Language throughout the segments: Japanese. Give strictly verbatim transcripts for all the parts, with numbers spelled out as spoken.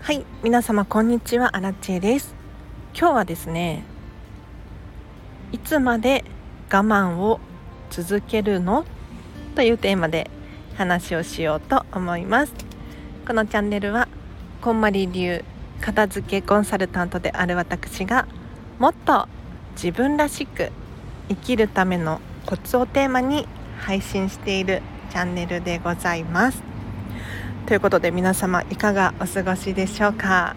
はい、皆様こんにちは、アラチェです。今日はですね、いつまで我慢を続けるのというテーマで話をしようと思います。このチャンネルはこんまり流片付けコンサルタントである私がもっと自分らしく生きるためのコツをテーマに配信しているチャンネルでございます。ということで皆様いかがお過ごしでしょうか。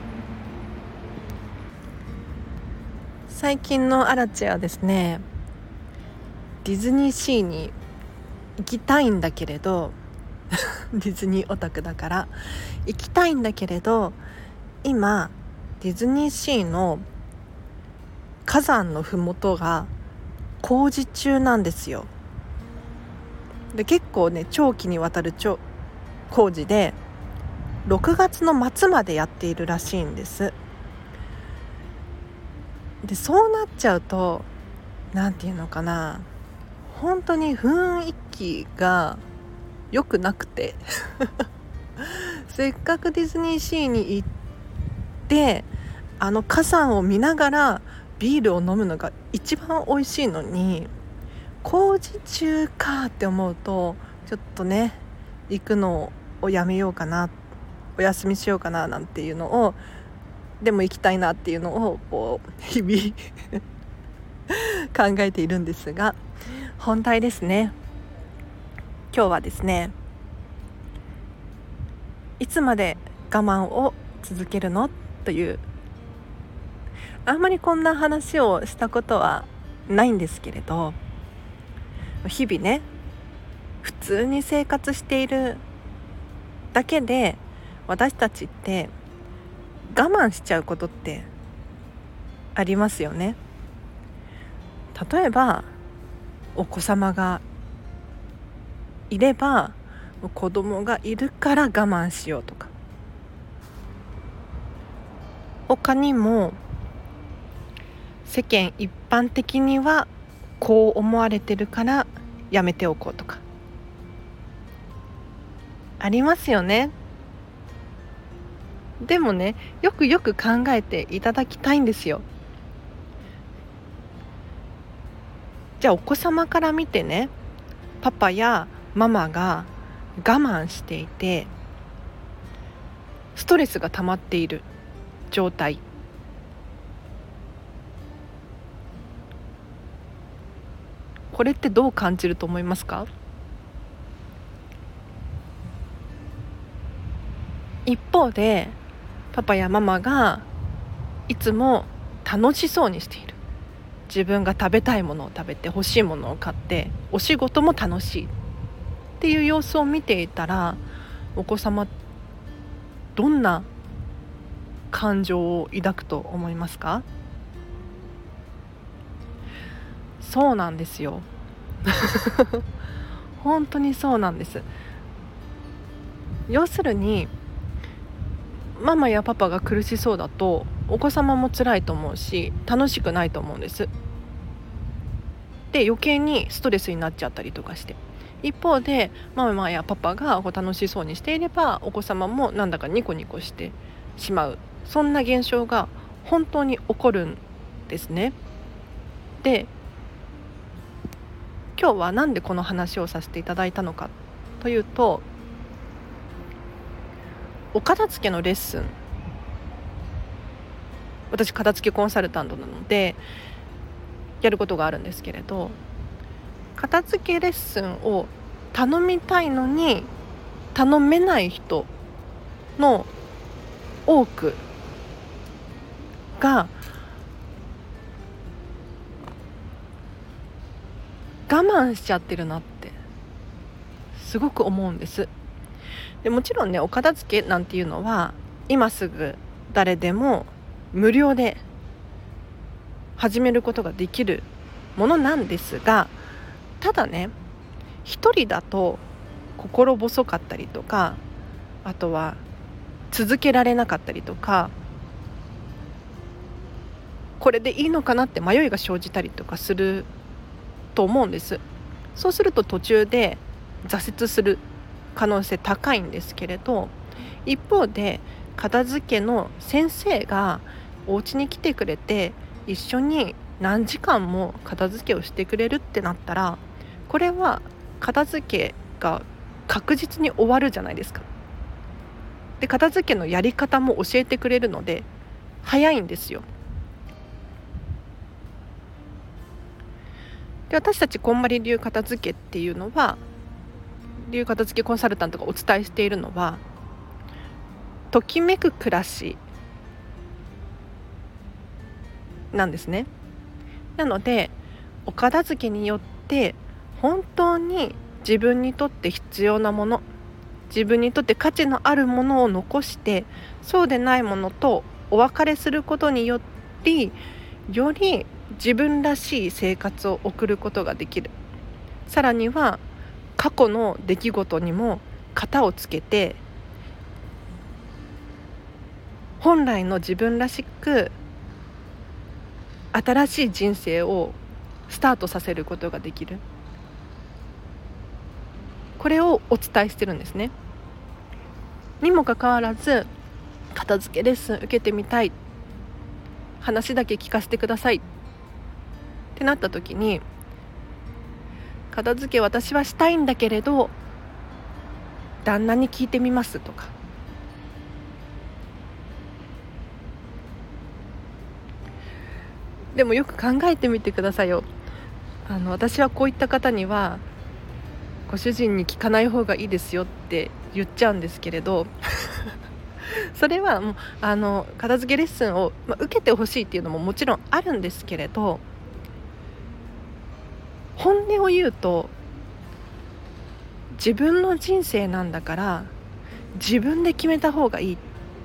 最近のアラチェはですね、ディズニーシーに行きたいんだけれどディズニーオタクだから行きたいんだけれど、今ディズニーシーの火山のふもとが工事中なんですよ。で結構ね長期にわたる工事でろくがつの末までやっているらしいんです。でそうなっちゃうとなんていうのかな、本当に雰囲気が良くなくてせっかくディズニーシーに行ってあの火山を見ながらビールを飲むのが一番美味しいのに、工事中かって思うとちょっとね行くのをやめようかな、お休みしようかななんていうのを、でも行きたいなっていうのをこう日々考えているんですが、本題ですね。今日はですね、いつまで我慢を続けるのという、あんまりこんな話をしたことはないんですけれど、日々ね普通に生活しているだけで私たちって我慢しちゃうことってありますよね。例えばお子様がいれば子供がいるから我慢しようとか、他にも世間一般的にはこう思われてるからやめておこうとかありますよね。でもね、よくよく考えていただきたいんですよ。じゃあお子様から見てね、パパやママが我慢していてストレスが溜まっている状態、これってどう感じると思いますか？一方でパパやママがいつも楽しそうにしている、自分が食べたいものを食べて欲しいものを買ってお仕事も楽しいっていう様子を見ていたら、お子様どんな感情を抱くと思いますか？そうなんですよ本当にそうなんです。要するにママやパパが苦しそうだとお子様も辛いと思うし楽しくないと思うんです。で余計にストレスになっちゃったりとかして、一方でママやパパがこう楽しそうにしていればお子様もなんだかニコニコしてしまう、そんな現象が本当に起こるんですね。で今日はなんでこの話をさせていただいたのかというと、お片付けのレッスン、私片付けコンサルタントなのでやることがあるんですけれど、片付けレッスンを頼みたいのに頼めない人の多くが我慢しちゃってるなってすごく思うんです。でもちろんね、お片付けなんていうのは今すぐ誰でも無料で始めることができるものなんですが、ただね一人だと心細かったりとか、あとは続けられなかったりとか、これでいいのかなって迷いが生じたりとかすると思うんです。そうすると途中で挫折する可能性高いんですけれど、一方で片付けの先生がお家に来てくれて一緒に何時間も片付けをしてくれるってなったら、これは片付けが確実に終わるじゃないですか。で片付けのやり方も教えてくれるので早いんですよ。で私たちこんまり流片付けっていうのは、流片付けコンサルタントがお伝えしているのは、ときめく暮らしなんですね。なのでお片付けによって本当に自分にとって必要なもの、自分にとって価値のあるものを残して、そうでないものとお別れすることにより、より自分らしい生活を送ることができる。さらには過去の出来事にも型をつけて、本来の自分らしく新しい人生をスタートさせることができる。これをお伝えしてるんですね。にもかかわらず、片付けレッスン受けてみたい、話だけ聞かせてくださいってなった時に、片付け私はしたいんだけれど旦那に聞いてみますとか、でもよく考えてみてくださいよ。あの私はこういった方にはご主人に聞かない方がいいですよって言っちゃうんですけれどそれはもうあの片付けレッスンを、まあ、受けてほしいっていうのももちろんあるんですけれど、本音を言うと自分の人生なんだから自分で決めた方がいい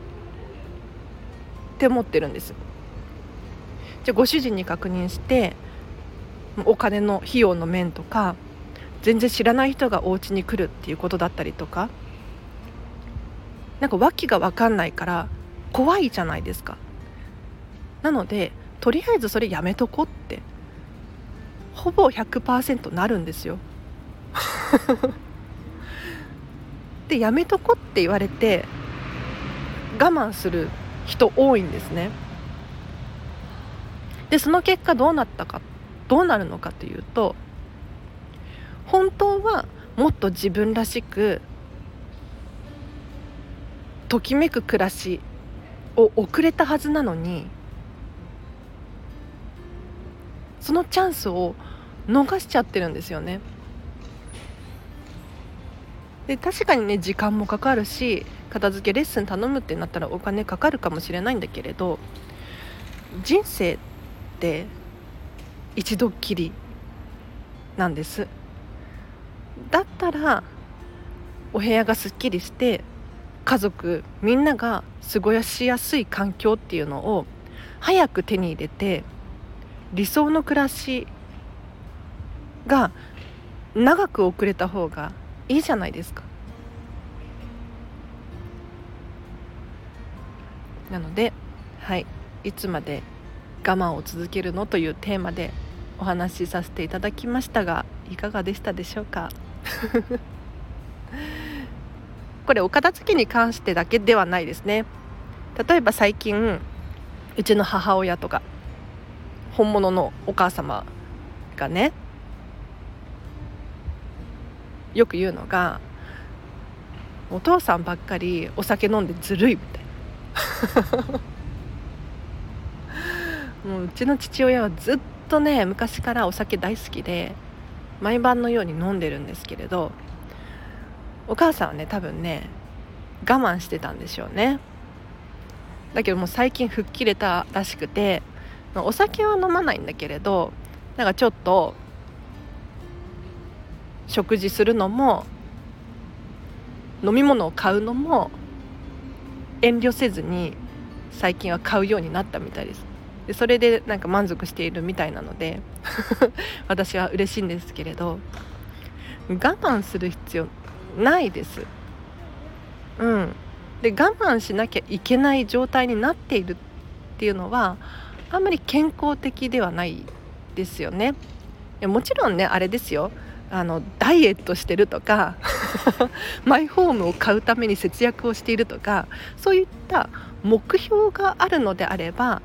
って思ってるんです。じゃあご主人に確認して、お金の費用の面とか、全然知らない人がお家に来るっていうことだったりとか、なんか訳が分かんないから怖いじゃないですか。なのでとりあえずそれやめとこってほぼ ひゃくパーセント なるんですよでやめとこって言われて我慢する人多いんですね。でその結果どうなったか、どうなるのかというと、本当はもっと自分らしくときめく暮らしを送れたはずなのに、そのチャンスを逃しちゃってるんですよね。で確かにね、時間もかかるし、片付けレッスン頼むってなったらお金かかるかもしれないんだけれど、人生って一度っきりなんです。だったらお部屋がすっきりして家族みんなが過ごしやすい環境っていうのを早く手に入れて、理想の暮らしが長く送れた方がいいじゃないですか。なので、はい、いつまで我慢を続けるのというテーマでお話しさせていただきましたが、いかがでしたでしょうかこれお片付けに関してだけではないですね。例えば最近うちの母親とか本物のお母様がね、よく言うのが、お父さんばっかりお酒飲んでずるいみたいなもううちの父親はずっとね、昔からお酒大好きで毎晩のように飲んでるんですけれど、お母さんはね、多分ね我慢してたんでしょうね。だけどもう最近吹っ切れたらしくて、お酒は飲まないんだけれど、なんかちょっと食事するのも飲み物を買うのも遠慮せずに最近は買うようになったみたいです。でそれでなんか満足しているみたいなので私は嬉しいんですけれど、我慢する必要ないです。うんで我慢しなきゃいけない状態になっているっていうのはあんまり健康的ではないですよね。いやもちろんね、あれですよ、あのダイエットしてるとかマイホームを買うために節約をしているとか、そういった目標があるのであれば、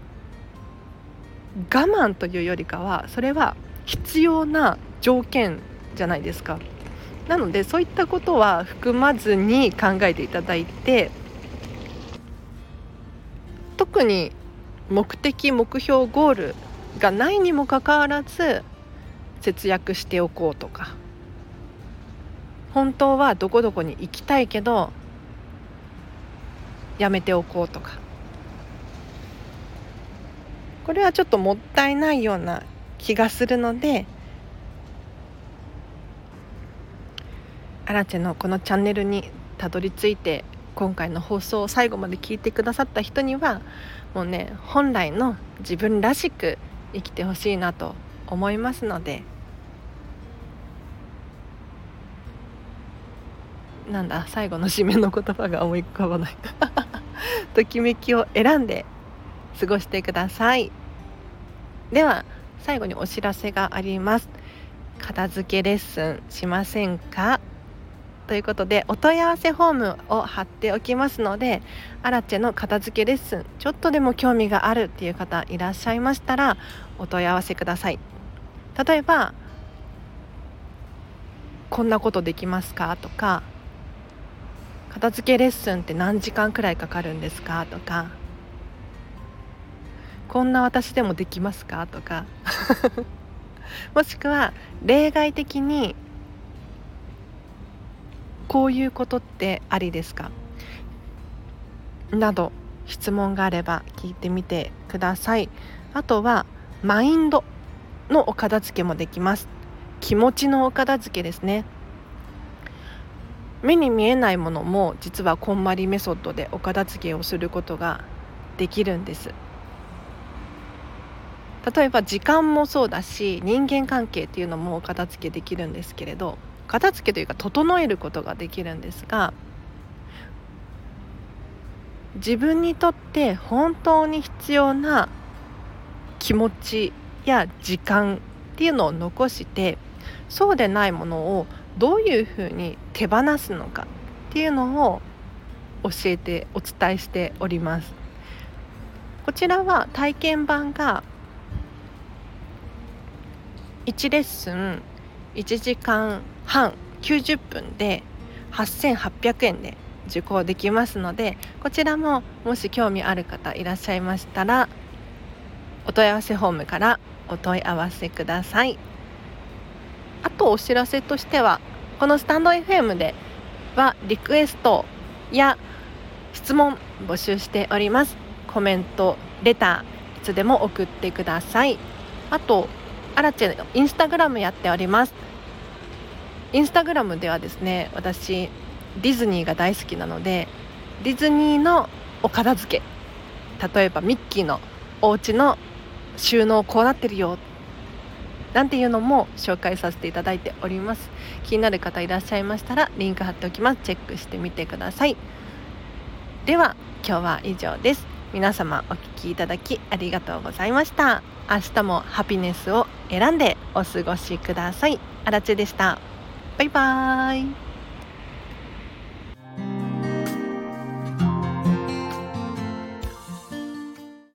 我慢というよりかはそれは必要な条件じゃないですか。なのでそういったことは含まずに考えていただいて、特に目的目標ゴールがないにもかかわらず節約しておこうとか、本当はどこどこに行きたいけどやめておこうとか、これはちょっともったいないような気がするので、アラチェのこのチャンネルにたどり着いて今回の放送を最後まで聞いてくださった人には、もうね、本来の自分らしく生きてほしいなと思いますので、なんだ最後の締めの言葉が思い浮かばないときめきを選んで過ごしてください。では最後にお知らせがあります。片付けレッスンしませんかということで、お問い合わせフォームを貼っておきますので、アラチェの片付けレッスンちょっとでも興味があるっていう方いらっしゃいましたらお問い合わせください。例えばこんなことできますかとか、片付けレッスンって何時間くらいかかるんですかとか、こんな私でもできますかとかもしくは例外的にこういうことってありですかなど質問があれば聞いてみてください。あとはマインドのお片付けもできます。気持ちのお片付けですね。目に見えないものも実はこんまりメソッドでお片付けをすることができるんです。例えば時間もそうだし、人間関係っていうのもお片付けできるんですけれど、片付けというか整えることができるんですが、自分にとって本当に必要な気持ちや時間っていうのを残して、そうでないものをどういうふうに手放すのかっていうのを教えてお伝えしております。こちらは体験版がいちレッスンいちじかんはんきゅうじゅっぷんではっせんはっぴゃくえんで受講できますので、こちらももし興味ある方いらっしゃいましたらお問い合わせフォームからお問い合わせください。あとお知らせとしては、このスタンド エフエム ではリクエストや質問募集しております。コメント、レターいつでも送ってください。あとアラチェのインスタグラムやっております。インスタグラムではですね、私ディズニーが大好きなので、ディズニーのお片付け、例えばミッキーのお家の収納こうなってるよなんていうのも紹介させていただいております。気になる方いらっしゃいましたらリンク貼っておきます。チェックしてみてください。では今日は以上です。皆様お聞きいただきありがとうございました。明日もハピネスを選んでお過ごしください。アラチェでした。バイバーイ。